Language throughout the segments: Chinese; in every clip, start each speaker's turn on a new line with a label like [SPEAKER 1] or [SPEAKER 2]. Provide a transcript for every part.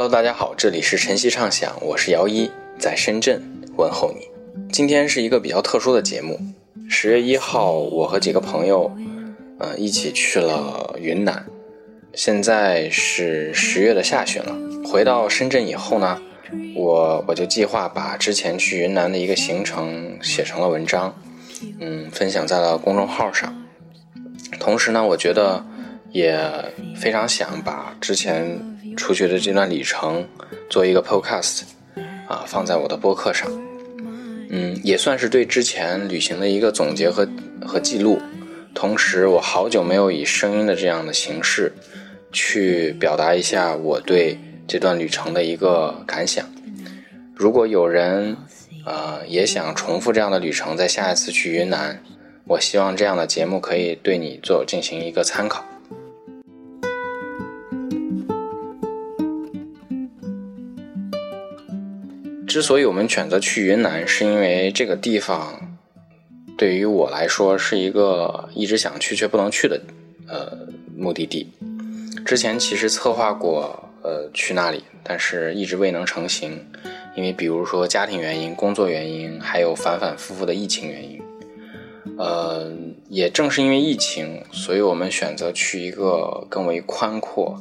[SPEAKER 1] Hello， 大家好，这里是晨曦畅想，我是姚一，在深圳问候你。今天是一个比较特殊的节目。10月1号，我和几个朋友，一起去了云南。现在是10月的下旬了。回到深圳以后呢，我就计划把之前去云南的一个行程写成了文章，分享在了公众号上。同时呢，我觉得也非常想把之前出去的这段旅程做一个 podcast 放在我的播客上，也算是对之前旅行的一个总结和记录。同时我好久没有以声音的这样的形式去表达一下我对这段旅程的一个感想。如果有人也想重复这样的旅程，在下一次去云南，我希望这样的节目可以对你进行一个参考。之所以我们选择去云南，是因为这个地方对于我来说是一个一直想去却不能去的目的地。之前其实策划过去那里，但是一直未能成行，因为比如说家庭原因、工作原因，还有反反复复的疫情原因。也正是因为疫情，所以我们选择去一个更为宽阔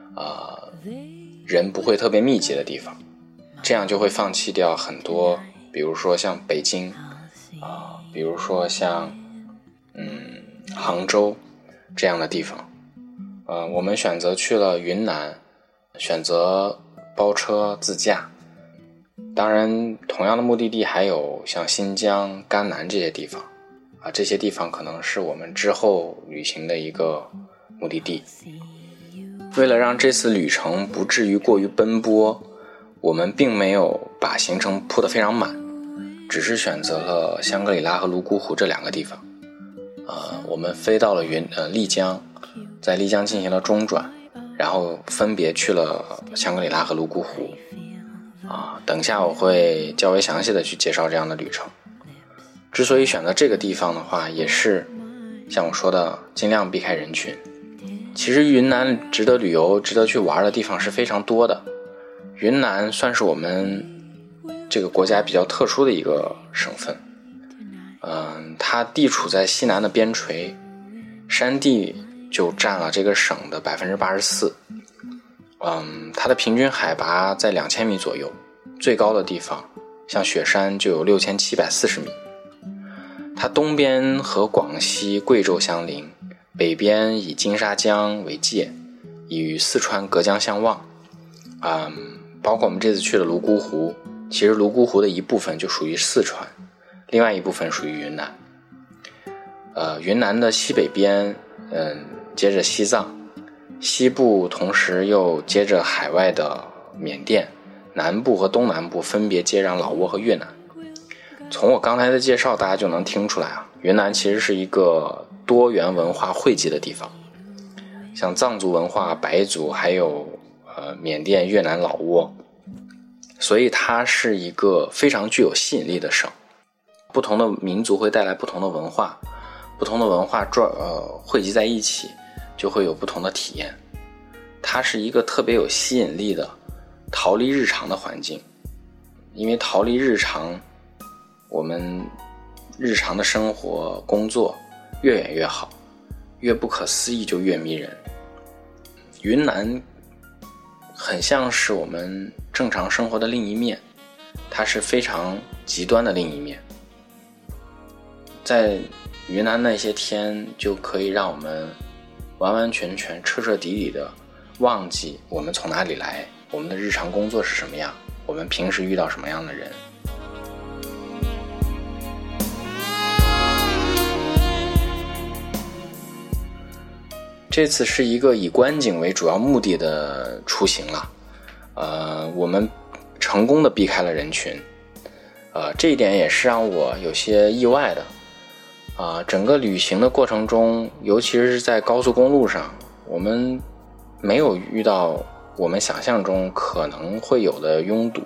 [SPEAKER 1] 人不会特别密集的地方，这样就会放弃掉很多，比如说像北京比如说像杭州这样的地方。我们选择去了云南，选择包车自驾。当然同样的目的地还有像新疆、甘南这些地方这些地方可能是我们之后旅行的一个目的地。为了让这次旅程不至于过于奔波，我们并没有把行程铺得非常满，只是选择了香格里拉和泸沽湖这两个地方。我们飞到了丽江，在丽江进行了中转，然后分别去了香格里拉和泸沽湖。等一下我会较为详细的去介绍这样的旅程。之所以选择这个地方的话，也是像我说的，尽量避开人群。其实云南值得旅游、值得去玩的地方是非常多的。云南算是我们这个国家比较特殊的一个省份。它地处在西南的边陲，山地就占了这个省的 84%。它的平均海拔在2000米左右，最高的地方像雪山就有6740米。它东边和广西、贵州相邻，北边以金沙江为界，与四川隔江相望。包括我们这次去的泸沽湖，其实泸沽湖的一部分就属于四川，另外一部分属于云南。云南的西北边接着西藏，西部同时又接着海外的缅甸，南部和东南部分别接壤老挝和越南。从我刚才的介绍大家就能听出来云南其实是一个多元文化汇集的地方，像藏族文化、白族还有缅甸、越南、老挝，所以它是一个非常具有吸引力的省。不同的民族会带来不同的文化，不同的文化汇集在一起，就会有不同的体验。它是一个特别有吸引力的逃离日常的环境，因为逃离日常，我们日常的生活工作越远越好，越不可思议就越迷人。云南很像是我们正常生活的另一面，它是非常极端的另一面。在云南那些天就可以让我们完完全全彻彻底底的忘记我们从哪里来，我们的日常工作是什么样，我们平时遇到什么样的人。这次是一个以观景为主要目的的出行了，我们成功的避开了人群，这一点也是让我有些意外的。整个旅行的过程中，尤其是在高速公路上，我们没有遇到我们想象中可能会有的拥堵。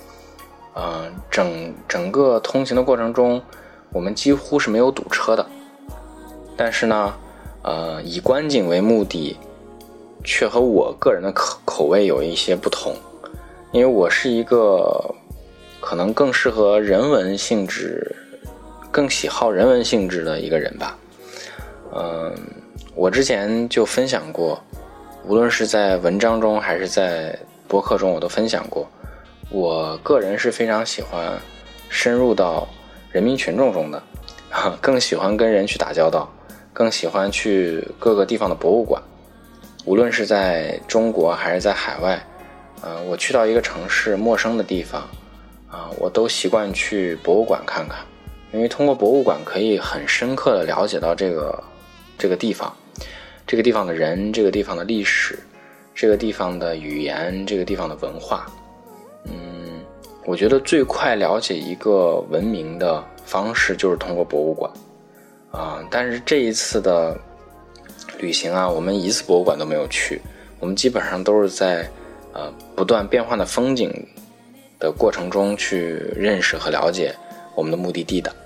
[SPEAKER 1] 整个通行的过程中，我们几乎是没有堵车的。但是呢，以观景为目的，却和我个人的口味有一些不同。 因为我是一个可能更适合人文性质、更喜好人文性质的一个人吧。我之前就分享过，无论是在文章中还是在播客中，我都分享过，我个人是非常喜欢深入到人民群众中的，更喜欢跟人去打交道，更喜欢去各个地方的博物馆。无论是在中国还是在海外，我去到一个城市陌生的地方，我都习惯去博物馆看看，因为通过博物馆可以很深刻的了解到这个地方，这个地方的人，这个地方的历史，这个地方的语言，这个地方的文化。我觉得最快了解一个文明的方式就是通过博物馆但是这一次的旅行我们一次博物馆都没有去，我们基本上都是在不断变换的风景的过程中去认识和了解我们的目的地的。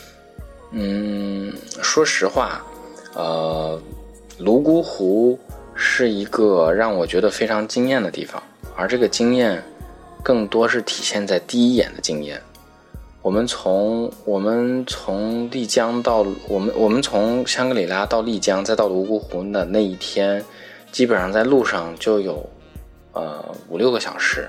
[SPEAKER 1] 说实话，泸沽湖是一个让我觉得非常惊艳的地方，而这个惊艳更多是体现在第一眼的惊艳。我们从丽江到我们从香格里拉到丽江再到泸沽湖的那一天，基本上在路上就有5-6个小时。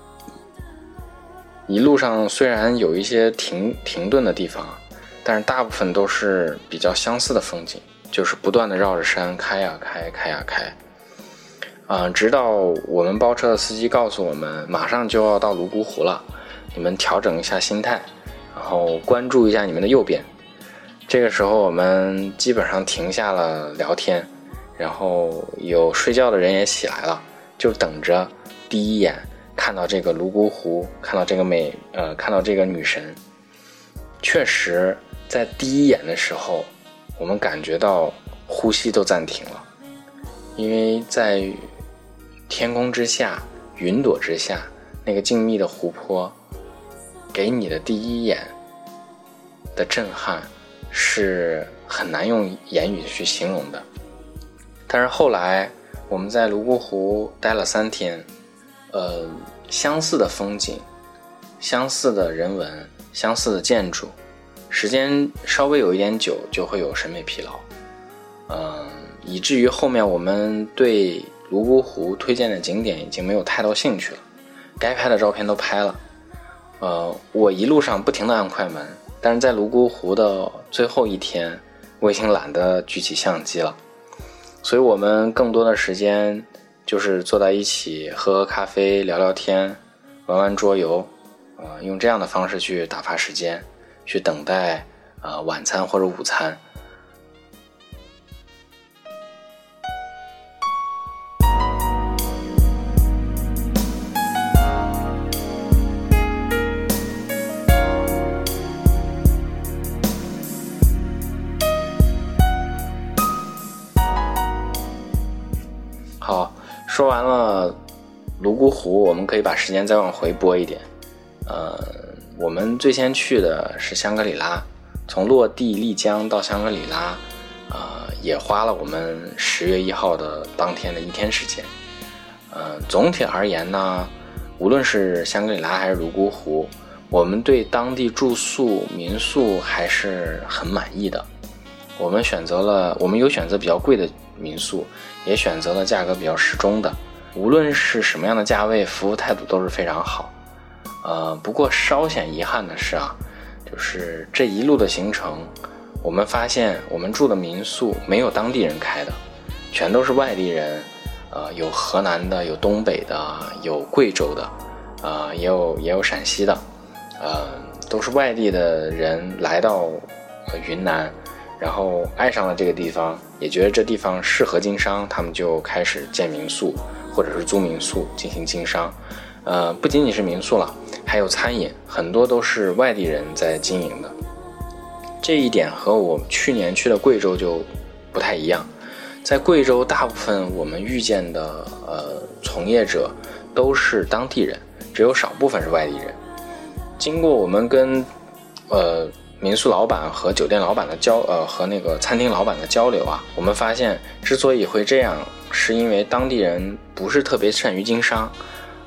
[SPEAKER 1] 一路上虽然有一些停顿的地方，但是大部分都是比较相似的风景，就是不断的绕着山开呀开。直到我们包车的司机告诉我们马上就要到泸沽湖了，你们调整一下心态，然后关注一下你们的右边。这个时候我们基本上停下了聊天，然后有睡觉的人也起来了，就等着第一眼看到这个泸沽湖，看到这个看到这个女神。确实在第一眼的时候，我们感觉到呼吸都暂停了，因为在天空之下，云朵之下，那个静谧的湖泊给你的第一眼的震撼是很难用言语去形容的。但是后来我们在泸沽湖待了3天，相似的风景，相似的人文，相似的建筑，时间稍微有一点久就会有审美疲劳，以至于后面我们对泸沽湖推荐的景点已经没有太多兴趣了，该拍的照片都拍了。我一路上不停地按快门，但是在泸沽湖的最后一天，我已经懒得举起相机了，所以我们更多的时间就是坐在一起喝咖啡，聊聊天，玩桌游，用这样的方式去打发时间，去等待晚餐或者午餐。好，说完了泸沽湖，我们可以把时间再往回拨一点。我们最先去的是香格里拉，从落地丽江到香格里拉，也花了我们10月1号的当天的1天时间。总体而言呢，无论是香格里拉还是泸沽湖，我们对当地住宿民宿还是很满意的。我们有选择比较贵的民宿，也选择了价格比较适中的，无论是什么样的价位，服务态度都是非常好。不过稍显遗憾的是就是这一路的行程，我们发现我们住的民宿没有当地人开的，全都是外地人，有河南的，有东北的，有贵州的，也有陕西的，都是外地的人来到云南，然后爱上了这个地方，也觉得这地方适合经商，他们就开始建民宿或者是租民宿进行经商。不仅仅是民宿了，还有餐饮，很多都是外地人在经营的。这一点和我去年去的贵州就不太一样。在贵州，大部分我们遇见的从业者都是当地人，只有少部分是外地人。经过我们跟民宿老板和酒店老板的和那个餐厅老板的交流我们发现之所以会这样，是因为当地人不是特别善于经商，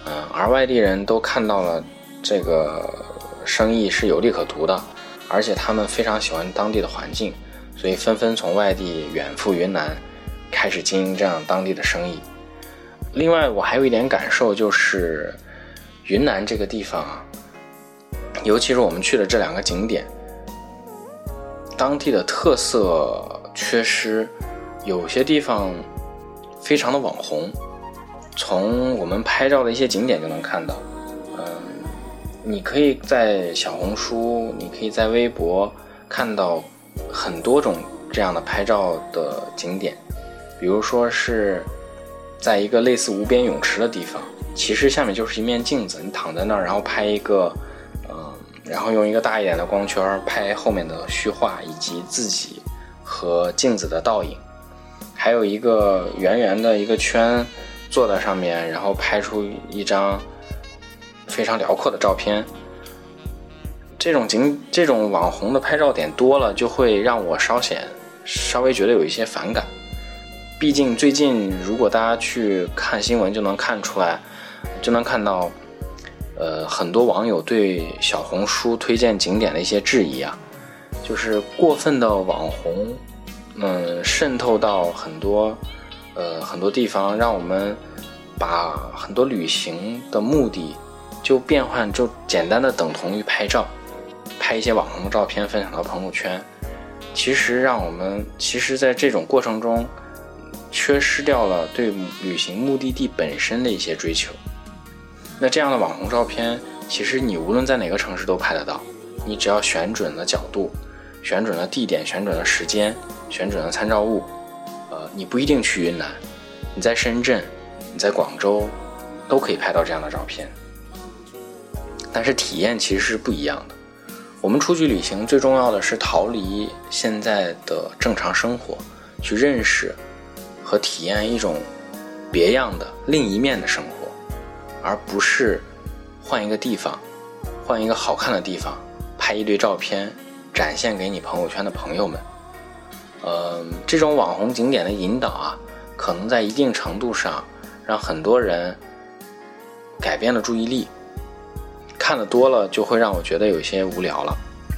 [SPEAKER 1] 而外地人都看到了这个生意是有利可图的，而且他们非常喜欢当地的环境，所以纷纷从外地远赴云南，开始经营这样当地的生意。另外我还有一点感受，就是云南这个地方啊，尤其是我们去的这2个景点，当地的特色缺失，有些地方非常的网红，从我们拍照的一些景点就能看到。你可以在小红书，你可以在微博看到很多种这样的拍照的景点，比如说是在一个类似无边泳池的地方，其实下面就是一面镜子，你躺在那儿，然后拍一个然后用一个大一点的光圈拍后面的虚化以及自己和镜子的倒影，还有一个圆圆的一个圈坐在上面，然后拍出一张非常辽阔的照片。这种网红的拍照点多了，就会让我稍微觉得有一些反感。毕竟最近如果大家去看新闻就能看出来，就能看到很多网友对小红书推荐景点的一些质疑啊，就是过分的网红渗透到很多地方，让我们把很多旅行的目的就简单的等同于拍照，拍一些网红的照片分享到朋友圈。其实在这种过程中缺失掉了对旅行目的地本身的一些追求。那这样的网红照片，其实你无论在哪个城市都拍得到，你只要选准了角度，选准了地点，选准了时间，选准了参照物，你不一定去云南，你在深圳，你在广州都可以拍到这样的照片。但是体验其实是不一样的。我们出去旅行最重要的是逃离现在的正常生活，去认识和体验一种别样的另一面的生活，而不是换一个地方，换一个好看的地方，拍一堆照片展现给你朋友圈的朋友们。这种网红景点的引导啊，可能在一定程度上让很多人改变了注意力，看得多了就会让我觉得有些无聊了。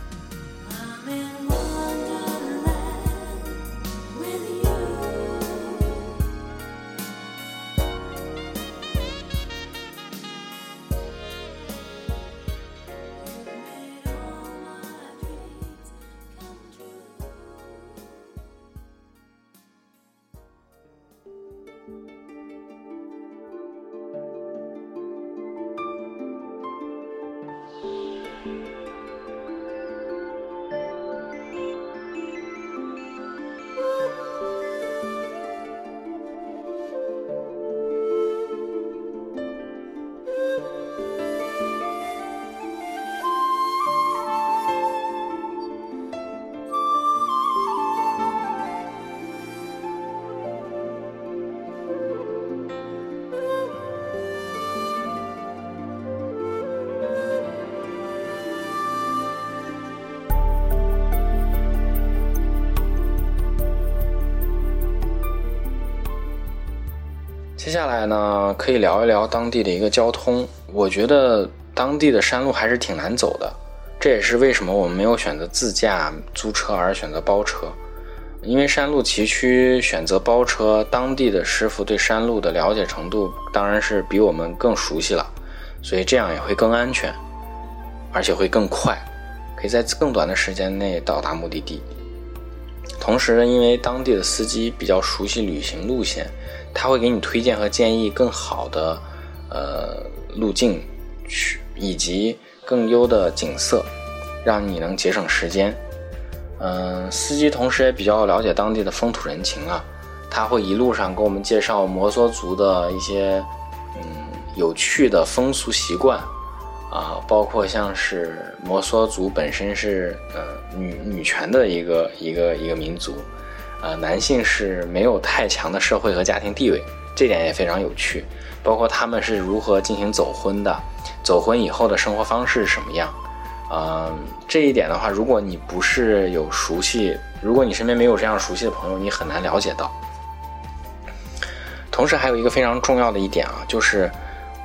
[SPEAKER 1] 接下来呢，可以聊一聊当地的一个交通。我觉得当地的山路还是挺难走的，这也是为什么我们没有选择自驾租车而选择包车。因为山路崎岖，选择包车，当地的师傅对山路的了解程度当然是比我们更熟悉了，所以这样也会更安全，而且会更快，可以在更短的时间内到达目的地。同时因为当地的司机比较熟悉旅行路线，他会给你推荐和建议更好的路径以及更优的景色，让你能节省时间。司机同时也比较了解当地的风土人情啊，他会一路上给我们介绍摩梭族的一些有趣的风俗习惯啊，包括像是摩梭族本身是女权的一个民族，男性是没有太强的社会和家庭地位，这点也非常有趣。包括他们是如何进行走婚的，走婚以后的生活方式是什么样。这一点的话，如果你不是有熟悉，如果你身边没有这样熟悉的朋友，你很难了解到。同时还有一个非常重要的一点啊，就是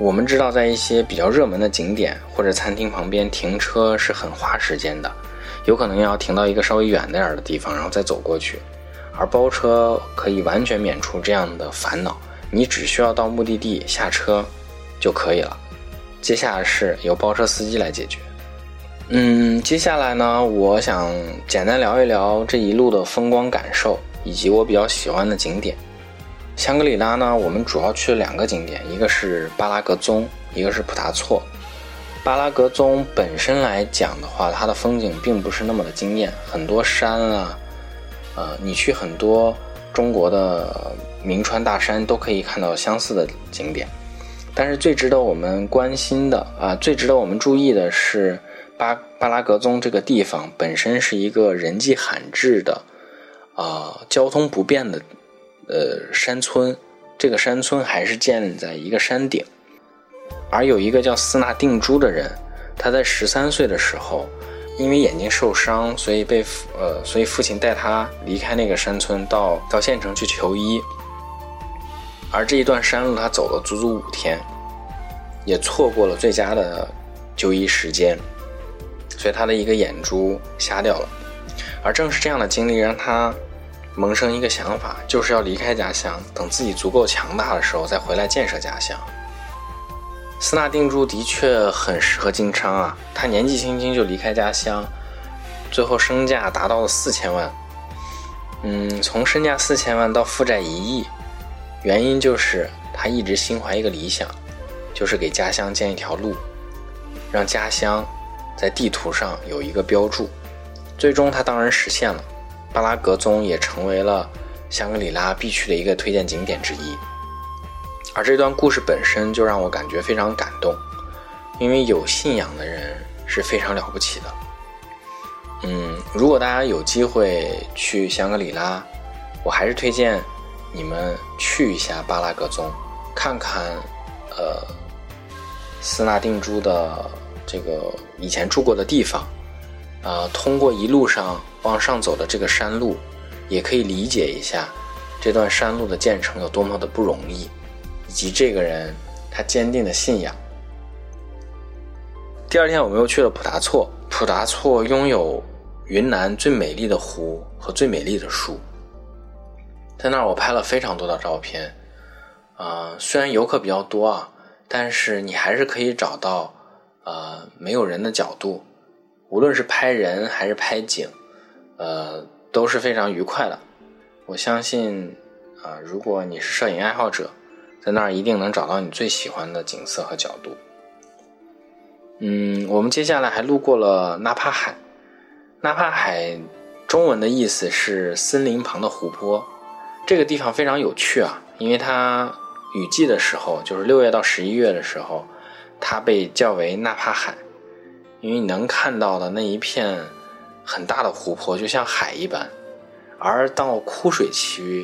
[SPEAKER 1] 我们知道在一些比较热门的景点或者餐厅旁边停车是很花时间的，有可能要停到一个稍微远点的地方然后再走过去，而包车可以完全免除这样的烦恼，你只需要到目的地下车就可以了，接下来是由包车司机来解决。接下来呢，我想简单聊一聊这一路的风光感受以及我比较喜欢的景点。香格里拉呢，我们主要去了2个景点，一个是巴拉格宗，一个是普达措。巴拉格宗本身来讲的话，它的风景并不是那么的惊艳，很多山啊，你去很多中国的名川大山都可以看到相似的景点。但是最值得我们关心的最值得我们注意的是巴拉格宗这个地方本身是一个人迹罕至的交通不便的山村，这个山村还是建在一个山顶，而有一个叫斯纳定珠的人，他在13岁的时候因为眼睛受伤，所以父亲带他离开那个山村到县城去求医，而这一段山路他走了足足5天，也错过了最佳的就医时间，所以他的一个眼珠瞎掉了。而正是这样的经历让他萌生一个想法，就是要离开家乡，等自己足够强大的时候再回来建设家乡。斯纳定珠的确很适合经商啊，他年纪轻轻就离开家乡，最后身价达到了4000万。从身价4000万到负债1亿，原因就是他一直心怀一个理想，就是给家乡建一条路，让家乡在地图上有一个标注。最终他当然实现了，巴拉格宗也成为了香格里拉必去的一个推荐景点之一。而这段故事本身就让我感觉非常感动，因为有信仰的人是非常了不起的。如果大家有机会去香格里拉，我还是推荐你们去一下巴拉格宗，看看斯纳定珠的这个以前住过的地方，通过一路上往上走的这个山路，也可以理解一下这段山路的建成有多么的不容易，以及这个人他坚定的信仰。第2天我们又去了普达措，普达措拥有云南最美丽的湖和最美丽的树，在那儿我拍了非常多的照片。虽然游客比较多啊，但是你还是可以找到没有人的角度，无论是拍人还是拍景，都是非常愉快的。我相信如果你是摄影爱好者，在那儿一定能找到你最喜欢的景色和角度。我们接下来还路过了纳帕海。纳帕海中文的意思是森林旁的湖泊，这个地方非常有趣啊，因为它雨季的时候，就是6月到11月的时候，它被叫为纳帕海，因为你能看到的那一片很大的湖泊就像海一般。而到了枯水期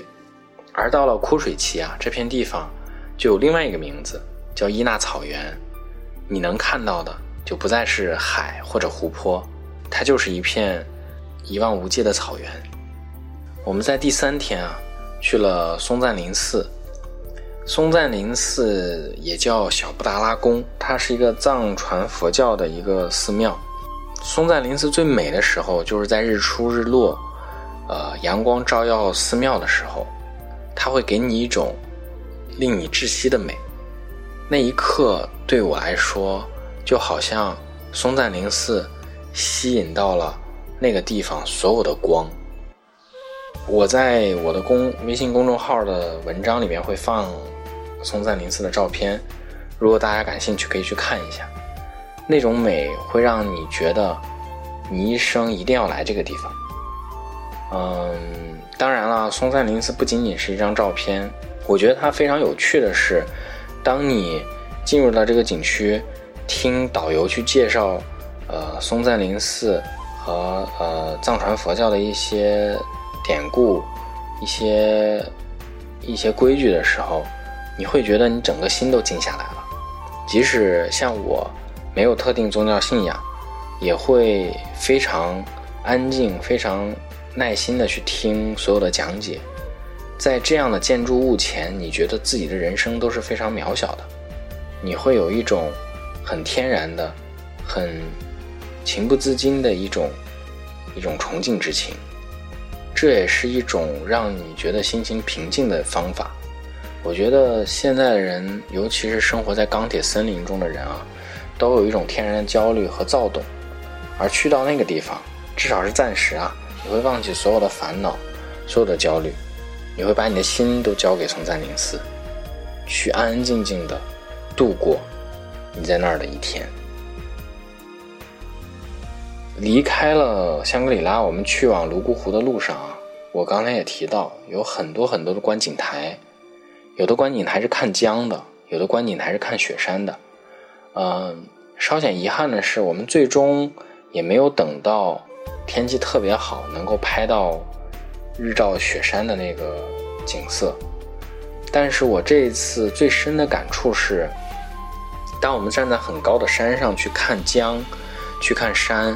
[SPEAKER 1] 这片地方就有另外一个名字，叫伊纳草原。你能看到的就不再是海或者湖泊，它就是一片一望无际的草原。我们在第3天去了松赞林寺。松赞林寺也叫小布达拉宫，它是一个藏传佛教的一个寺庙。松赞林寺最美的时候就是在日出日落阳光照耀寺庙的时候，它会给你一种令你窒息的美。那一刻对我来说就好像松赞林寺吸引到了那个地方所有的光。我在我的微信公众号的文章里面会放松赞林寺的照片，如果大家感兴趣可以去看一下。那种美会让你觉得你一生一定要来这个地方。当然了，松赞林寺不仅仅是一张照片，我觉得它非常有趣的是，当你进入到这个景区，听导游去介绍松赞林寺和藏传佛教的一些典故、一些规矩的时候，你会觉得你整个心都静下来了。即使像我没有特定宗教信仰，也会非常安静、非常耐心的去听所有的讲解。在这样的建筑物前，你觉得自己的人生都是非常渺小的。 你会有一种很天然的、很情不自禁的一种崇敬之情。这也是一种让你觉得心情平静的方法。我觉得现在的人，尤其是生活在钢铁森林中的人啊，都有一种天然的焦虑和躁动，而去到那个地方，至少是暂时啊，你会忘记所有的烦恼，所有的焦虑，你会把你的心都交给松赞宁寺，去安安静静的度过你在那儿的一天。离开了香格里拉，我们去往泸沽湖的路上啊，我刚才也提到有很多很多的观景台，有的观景台是看江的，有的观景台是看雪山的。稍显遗憾的是，我们最终也没有等到天气特别好，能够拍到日照雪山的那个景色。但是我这一次最深的感触是，当我们站在很高的山上去看江，去看山，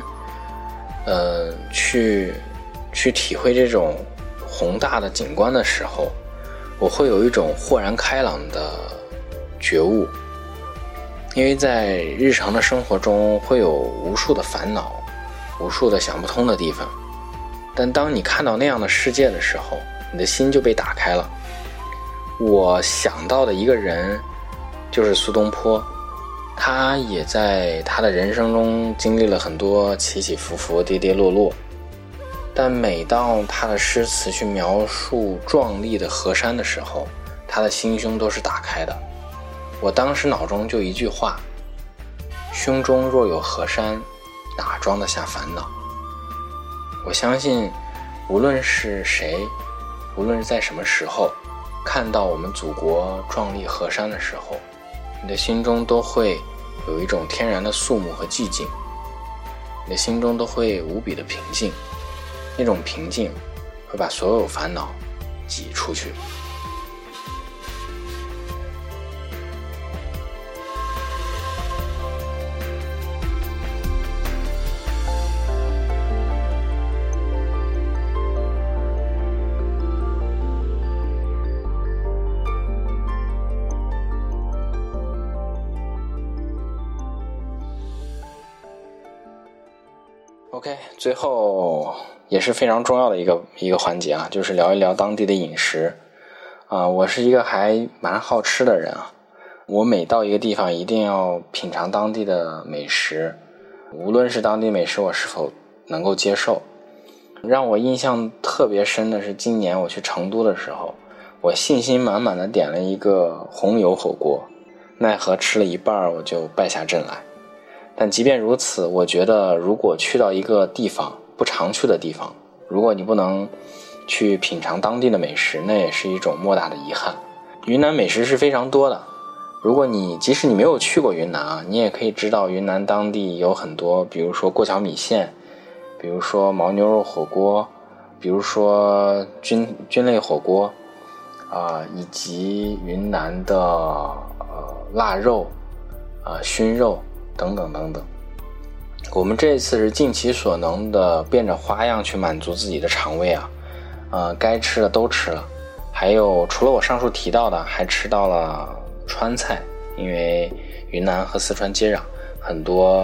[SPEAKER 1] 去体会这种宏大的景观的时候，我会有一种豁然开朗的觉悟。因为在日常的生活中会有无数的烦恼，无数的想不通的地方，但当你看到那样的世界的时候，你的心就被打开了。我想到的一个人就是苏东坡，他也在他的人生中经历了很多起起伏伏、跌跌落落，但每当他的诗词去描述壮丽的河山的时候，他的心胸都是打开的。我当时脑中就一句话：胸中若有河山，哪装得下烦恼。我相信无论是谁，无论是在什么时候看到我们祖国壮丽河山的时候，你的心中都会有一种天然的肃穆和寂静，你的心中都会无比的平静，那种平静会把所有烦恼挤出去。OK， 最后也是非常重要的一个环节啊，就是聊一聊当地的饮食啊。我是一个还蛮好吃的人啊，我每到一个地方一定要品尝当地的美食，无论是当地美食我是否能够接受。让我印象特别深的是今年我去成都的时候，我信心满满的点了一个红油火锅，奈何吃了一半我就败下阵来。但即便如此，我觉得如果去到一个地方不常去的地方，如果你不能去品尝当地的美食，那也是一种莫大的遗憾。云南美食是非常多的，如果即使你没有去过云南啊，你也可以知道云南当地有很多，比如说过桥米线，比如说牦牛肉火锅，比如说菌类火锅以及云南的腊肉熏肉等等等等。我们这一次是尽其所能的变着花样去满足自己的肠胃该吃的都吃了，还有除了我上述提到的，还吃到了川菜，因为云南和四川接壤，很多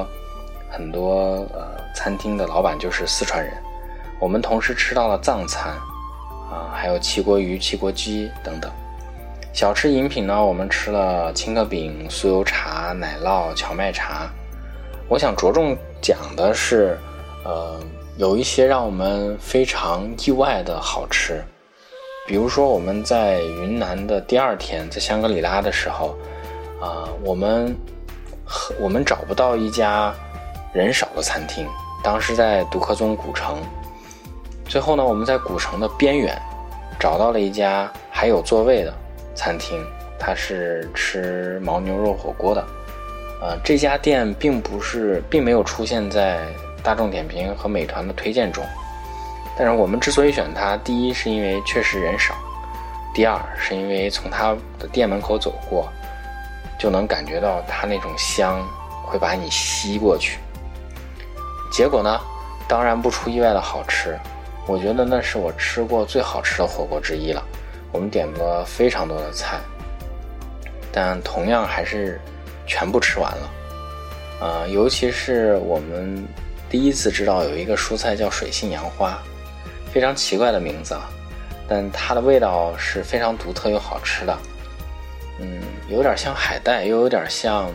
[SPEAKER 1] 餐厅的老板就是四川人。我们同时吃到了藏餐还有齐国鱼、齐国鸡等等。小吃饮品呢，我们吃了青稞饼、酥油茶、奶酪、荞麦茶。我想着重讲的是有一些让我们非常意外的好吃。比如说我们在云南的第二天，在香格里拉的时候我们找不到一家人少的餐厅，当时在独克宗古城。最后呢，我们在古城的边缘找到了一家还有座位的餐厅，它是吃牦牛肉火锅的。这家店并没有出现在大众点评和美团的推荐中，但是我们之所以选它，第一是因为确实人少，第二是因为从它的店门口走过就能感觉到它那种香会把你吸过去。结果呢，当然不出意外的好吃，我觉得那是我吃过最好吃的火锅之一了。我们点了非常多的菜，但同样还是全部吃完了。尤其是我们第一次知道有一个蔬菜叫水性杨花，非常奇怪的名字啊，但它的味道是非常独特又好吃的。有点像海带，又有点像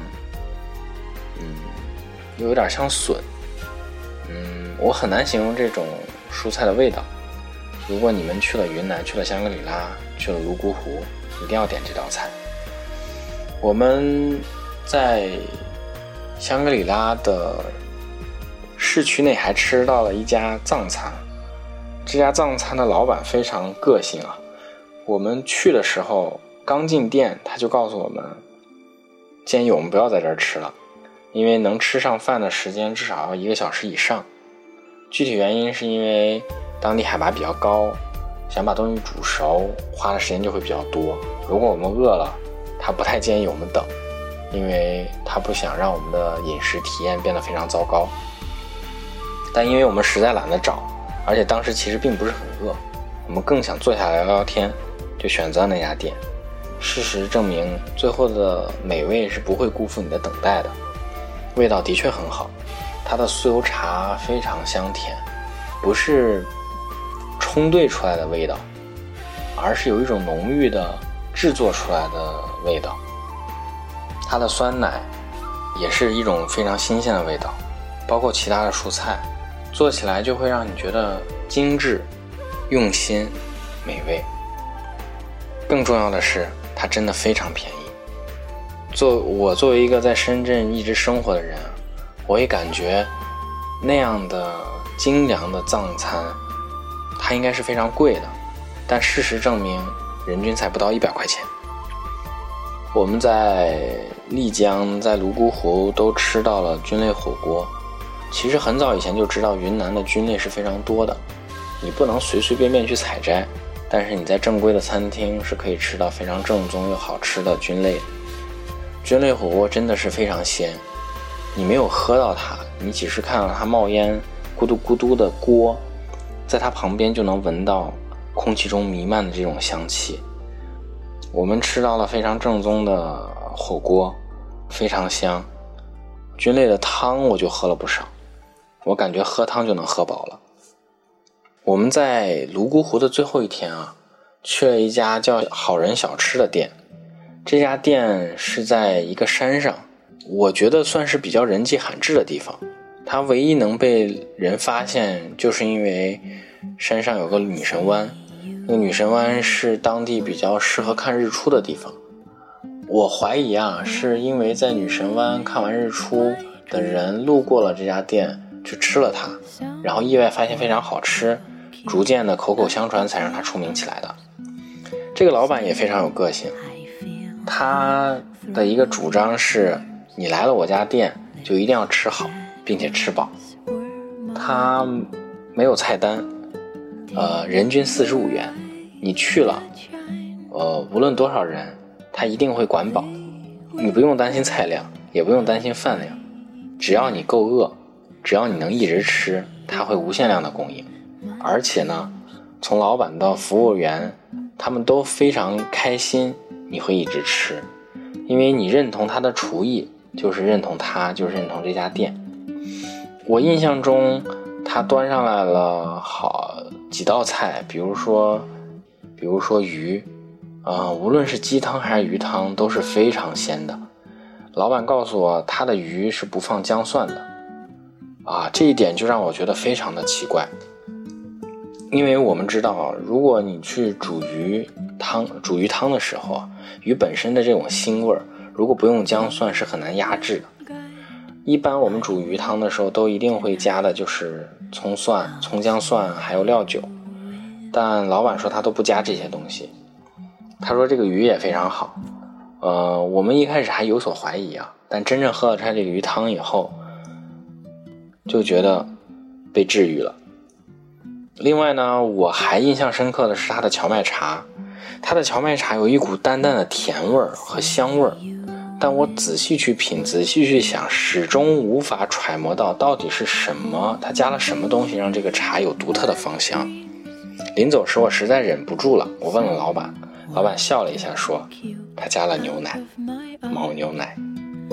[SPEAKER 1] 笋。我很难形容这种蔬菜的味道。如果你们去了云南，去了香格里拉，去了泸沽湖，一定要点这道菜。我们在香格里拉的市区内还吃到了一家藏餐，这家藏餐的老板非常个性啊。我们去的时候刚进店，他就告诉我们建议我们不要在这儿吃了，因为能吃上饭的时间至少要1个小时以上。具体原因是因为当地海拔比较高，想把东西煮熟花的时间就会比较多。如果我们饿了，他不太建议我们等，因为他不想让我们的饮食体验变得非常糟糕。但因为我们实在懒得找，而且当时其实并不是很饿，我们更想坐下来聊聊天，就选择那家店。事实证明，最后的美味是不会辜负你的等待的。味道的确很好，它的酥油茶非常香甜，不是冲兑出来的味道，而是有一种浓郁的制作出来的味道。它的酸奶也是一种非常新鲜的味道，包括其他的蔬菜，做起来就会让你觉得精致、用心、美味。更重要的是，它真的非常便宜。我作为一个在深圳一直生活的人，我也感觉那样的精良的藏餐它应该是非常贵的，但事实证明人均才不到100块钱。我们在丽江在泸沽湖都吃到了菌类火锅。其实很早以前就知道云南的菌类是非常多的，你不能随随便便去采摘，但是你在正规的餐厅是可以吃到非常正宗又好吃的菌类。菌类火锅真的是非常鲜，你没有喝到它，你只是看到它冒烟咕嘟咕嘟的锅，在它旁边就能闻到空气中弥漫的这种香气。我们吃到了非常正宗的火锅，非常香。菌类的汤我就喝了不少，我感觉喝汤就能喝饱了。我们在泸沽湖的最后一天啊，去了一家叫好人小吃的店。这家店是在一个山上，我觉得算是比较人迹罕至的地方。它唯一能被人发现，就是因为山上有个女神湾，那个女神湾是当地比较适合看日出的地方。我怀疑啊，是因为在女神湾看完日出的人路过了这家店，去吃了它，然后意外发现非常好吃，逐渐的口口相传才让它出名起来的。这个老板也非常有个性，他的一个主张是，你来了我家店就一定要吃好并且吃饱。他没有菜单，人均45元，你去了无论多少人他一定会管饱，你不用担心菜量，也不用担心饭量，只要你够饿，只要你能一直吃，他会无限量的供应。而且呢，从老板到服务员他们都非常开心你会一直吃，因为你认同他的厨艺，就是认同他，就是认同这家店。我印象中他端上来了好几道菜，比如说鱼无论是鸡汤还是鱼汤都是非常鲜的。老板告诉我他的鱼是不放姜蒜的这一点就让我觉得非常的奇怪。因为我们知道，如果你去煮鱼汤的时候，鱼本身的这种腥味如果不用姜蒜是很难压制的。一般我们煮鱼汤的时候都一定会加的就是葱姜蒜还有料酒，但老板说他都不加这些东西。他说这个鱼也非常好。我们一开始还有所怀疑但真正喝了他这个鱼汤以后，就觉得被治愈了。另外呢，我还印象深刻的是他的荞麦茶。他的荞麦茶有一股淡淡的甜味和香味，但我仔细去品，仔细去想，始终无法揣摩到底是什么，他加了什么东西让这个茶有独特的芳香。临走时我实在忍不住了，我问了老板，老板笑了一下说他加了牛奶，牦牛奶。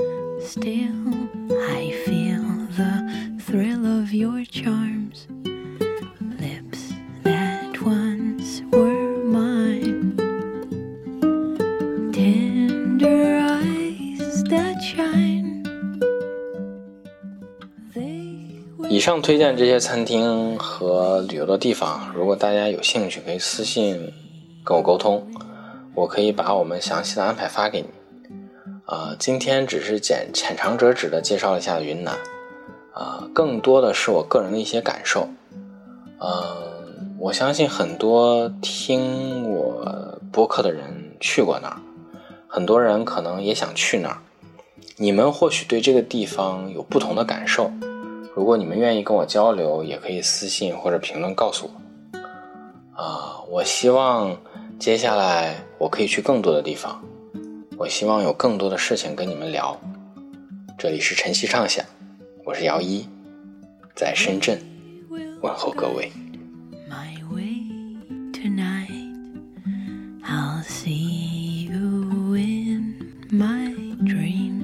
[SPEAKER 2] still I feel the thrill of your charms, lips that once were mine, tender eyes that shine.
[SPEAKER 1] 以上推荐这些餐厅和旅游的地方，如果大家有兴趣可以私信跟我沟通，我可以把我们详细的安排发给你。今天只是浅尝辄止的介绍了一下云南，更多的是我个人的一些感受。我相信很多听我播客的人去过那儿，很多人可能也想去那儿。你们或许对这个地方有不同的感受，如果你们愿意跟我交流，也可以私信或者评论告诉我。我希望接下来我可以去更多的地方，我希望有更多的事情跟你们聊。这里是晨曦畅想，我是姚一，在深圳问候各位。
[SPEAKER 2] My way tonight, I'll see you in my dreams.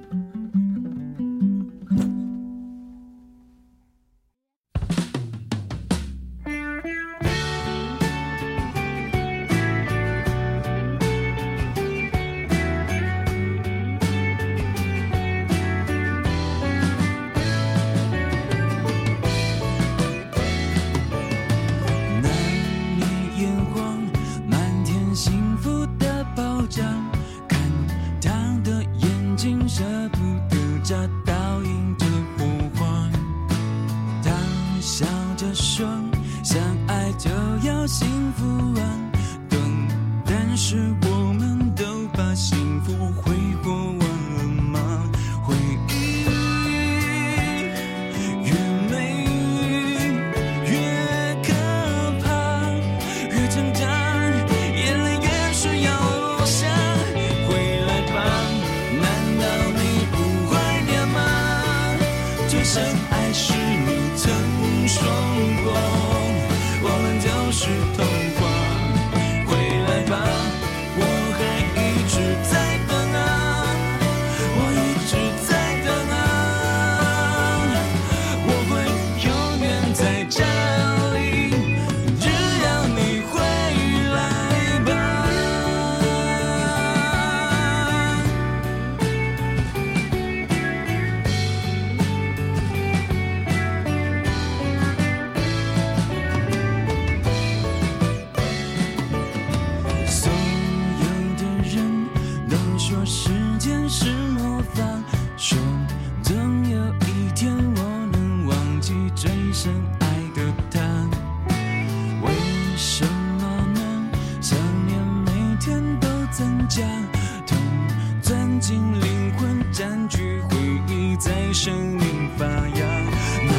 [SPEAKER 3] 深爱是你曾说过，我们就是童话。回来吧，我还一直在等啊，我一直在等啊，我会永远在这里，只要你回来吧。钻进灵魂，占据回忆，在生命发芽，呐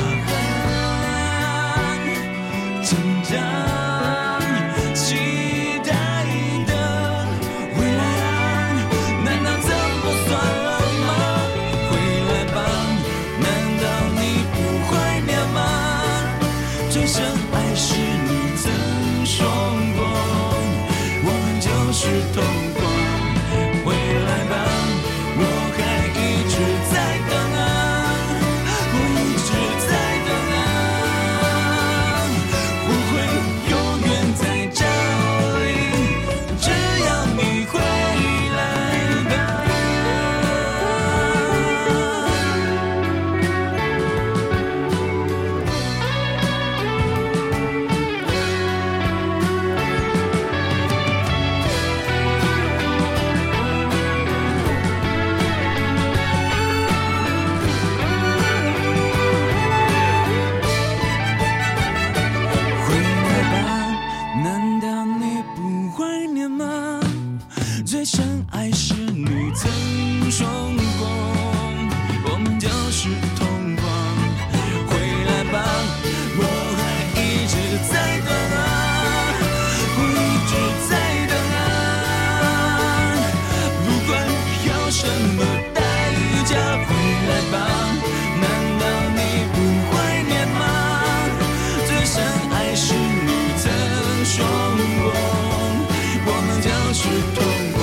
[SPEAKER 3] 喊，成长，期待的未来啊，难道这不算了吗？回来吧，难道你不怀念吗？最深爱是你曾说过，我们就是童话。回来吧，我还一直在等啊，我一直在等啊，我会永远在这里，只要你回来吧。最深爱是你曾说过，我们就是童话。回来吧，我还一直在等啊，我一直在等啊，不管有什么代价。回来吧，难道你不怀念吗？最深爱是你曾说过，我们就是童话。